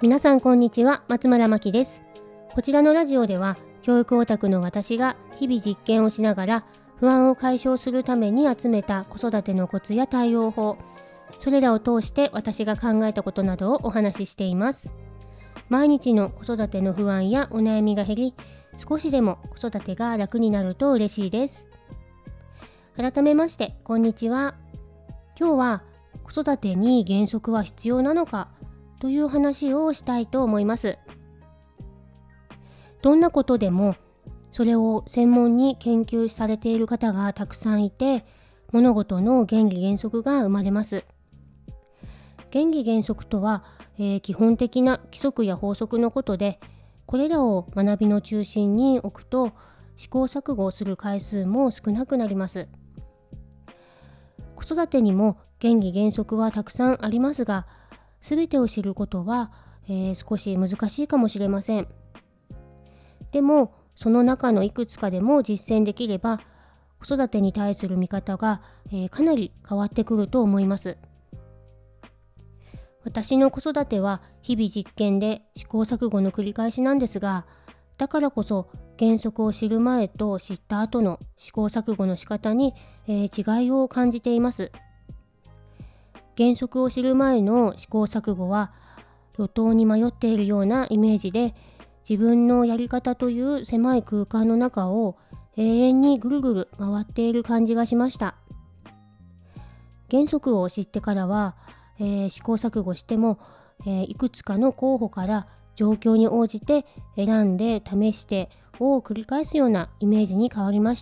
皆さんこんにちは、松村真希です。こちらのラジオでは教育オタクの私が日々実験をしながら不安を解消するために集めた子育てのコツや対応法、それらを通して私が考えたことなどをお話ししています。毎日の子育ての不安やお悩みが減り、少しでも子育てが楽になると嬉しいです。改めましてこんにちは。今日は子育てに原則は必要なのかという話をしたいと思います。どんなことでもそれを専門に研究されている方がたくさんいて、物事の原理原則が生まれます。原理原則とは、基本的な規則や法則のことで、これらを学びの中心に置くと試行錯誤をする回数も少なくなります。子育てにも原理原則はたくさんありますが、全てを知ることは、少し難しいかもしれません。でもその中のいくつかでも実践できれば、子育てに対する見方が、かなり変わってくると思います。私の子育ては日々実験で試行錯誤の繰り返しなんですが、だからこそ原則を知る前と知った後の試行錯誤の仕方に、違いを感じています。原則を知る前の試行錯誤は路頭に迷っているようなイメージで、自分のやり方という狭い空間の中を永遠にぐるぐる回っている感じがしました。原則を知ってからは、試行錯誤しても、いくつかの候補から状況に応じて選んで試してを繰り返すようなイメージに変わりました。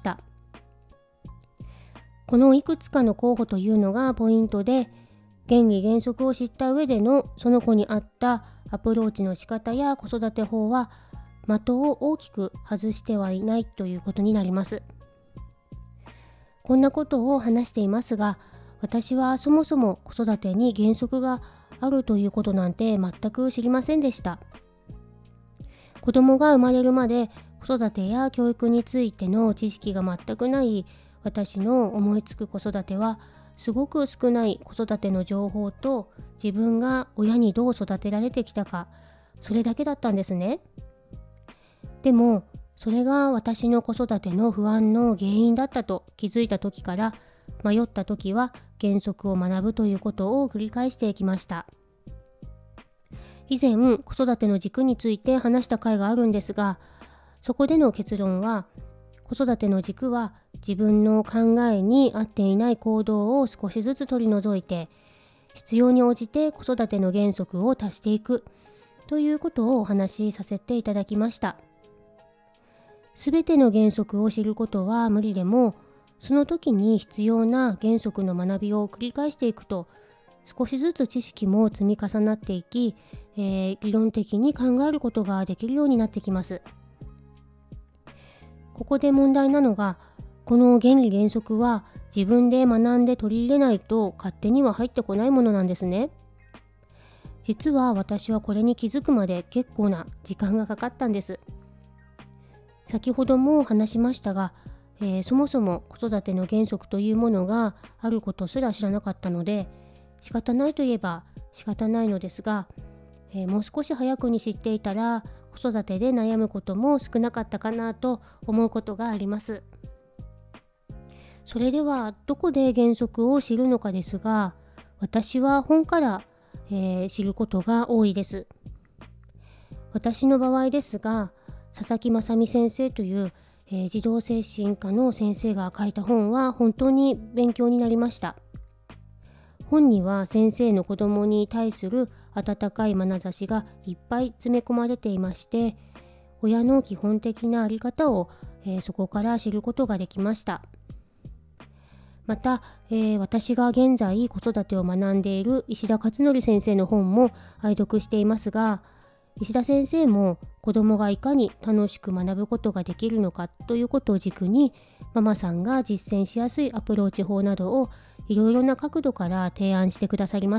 このいくつかの候補というのがポイントで、原理原則を知った上でのその子に合ったアプローチの仕方や子育て法は的を大きく外してはいないということになります。こんなことを話していますが、私はそもそも子育てに原則があるということなんて全く知りませんでした。子供が生まれるまで子育てや教育についての知識が全くない私の思いつく子育ては、すごく少ない子育ての情報と自分が親にどう育てられてきたか、それだけだったんですね。でもそれが私の子育ての不安の原因だったと気づいた時から、迷った時は原則を学ぶということを繰り返していきました。以前子育ての軸について話した回があるんですが、そこでの結論は、子育ての軸は自分の考えに合っていない行動を少しずつ取り除いて、必要に応じて子育ての原則を足していくということをお話しさせていただきました。すべての原則を知ることは無理でも、その時に必要な原則の学びを繰り返していくと、少しずつ知識も積み重なっていき、理論的に考えることができるようになってきます。ここで問題なのが、この原理原則は自分で学んで取り入れないと勝手には入ってこないものなんですね。実は私はこれに気づくまで結構な時間がかかったんです。先ほども話しましたが、そもそも子育ての原則というものがあることすら知らなかったので、仕方ないといえば仕方ないのですが、もう少し早くに知っていたら子育てで悩むことも少なかったかなと思うことがあります。それではどこで原則を知るのかですが、私は本から、知ることが多いです。私の場合ですが、佐々木雅美先生という、児童精神科の先生が書いた本は本当に勉強になりました。本には先生の子供に対する温かい眼差しがいっぱい詰め込まれていまして、親の基本的なあり方を、そこから知ることができました。また、私が現在子育てを学んでいる石田勝則先生の本も愛読していますが、石田先生も子どもがいかに楽しく学ぶことができるのかということを軸に、ママさんが実践しやすいアプローチ法などをいろいろな角度から提案してくださります。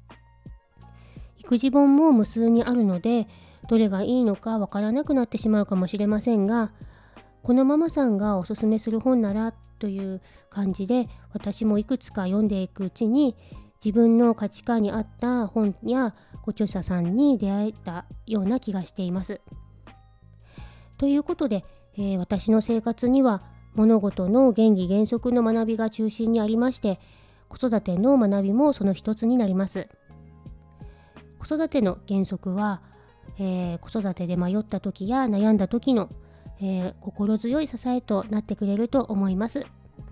育児本も無数にあるので、どれがいいのかわからなくなってしまうかもしれませんが、このママさんがおすすめする本ならという感じで、私もいくつか読んでいくうちに、 自分の価値観に合った本やご著者さんに出会えたような気がしています。ということで、私の生活には物事の原理原則の学びが中心にありまして、子育ての学びもその一つになります。子育ての原則は、子育てで迷った時や悩んだ時の、心強い支えとなってくれると思います。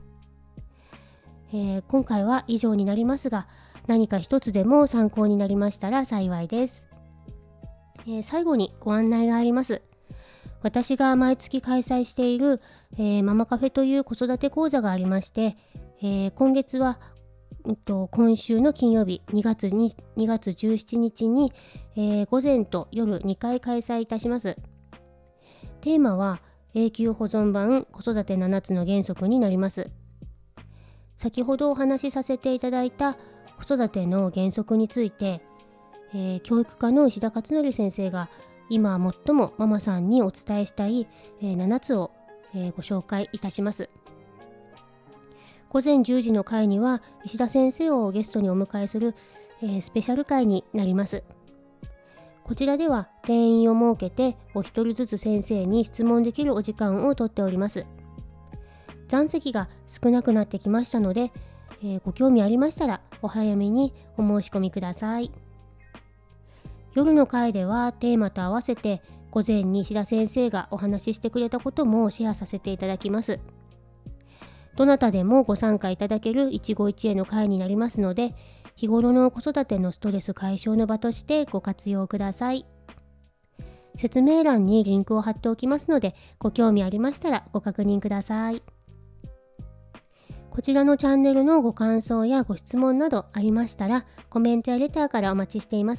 今回は以上になりますが、何か一つでも参考になりましたら幸いです。最後にご案内があります。私が毎月開催している、ママカフェという子育て講座がありまして、今月は、今週の金曜日2月17日に、午前と夜2回開催いたします。テーマは永久保存版子育て7つの原則になります。先ほどお話しさせていただいた子育ての原則について、教育科の石田勝則先生が今最もママさんにお伝えしたい、7つを、ご紹介いたします。午前10時の回には石田先生をゲストにお迎えする、スペシャル回になります。こちらでは定員を設けてお一人ずつ先生に質問できるお時間をとっております。残席が少なくなってきましたので、ご興味ありましたらお早めにお申し込みください。夜の回ではテーマと合わせて午前に石田先生がお話ししてくれたこともシェアさせていただきます。どなたでもご参加いただける一期一会の会になりますので、日頃の子育てのストレス解消の場としてご活用ください。説明欄にリンクを貼っておきますので、ご興味ありましたらご確認ください。こちらのチャンネルのご感想やご質問などありましたら、コメントやレターからお待ちしています。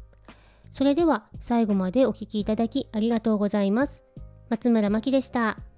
それでは最後までお聞きいただきありがとうございます。松村真希でした。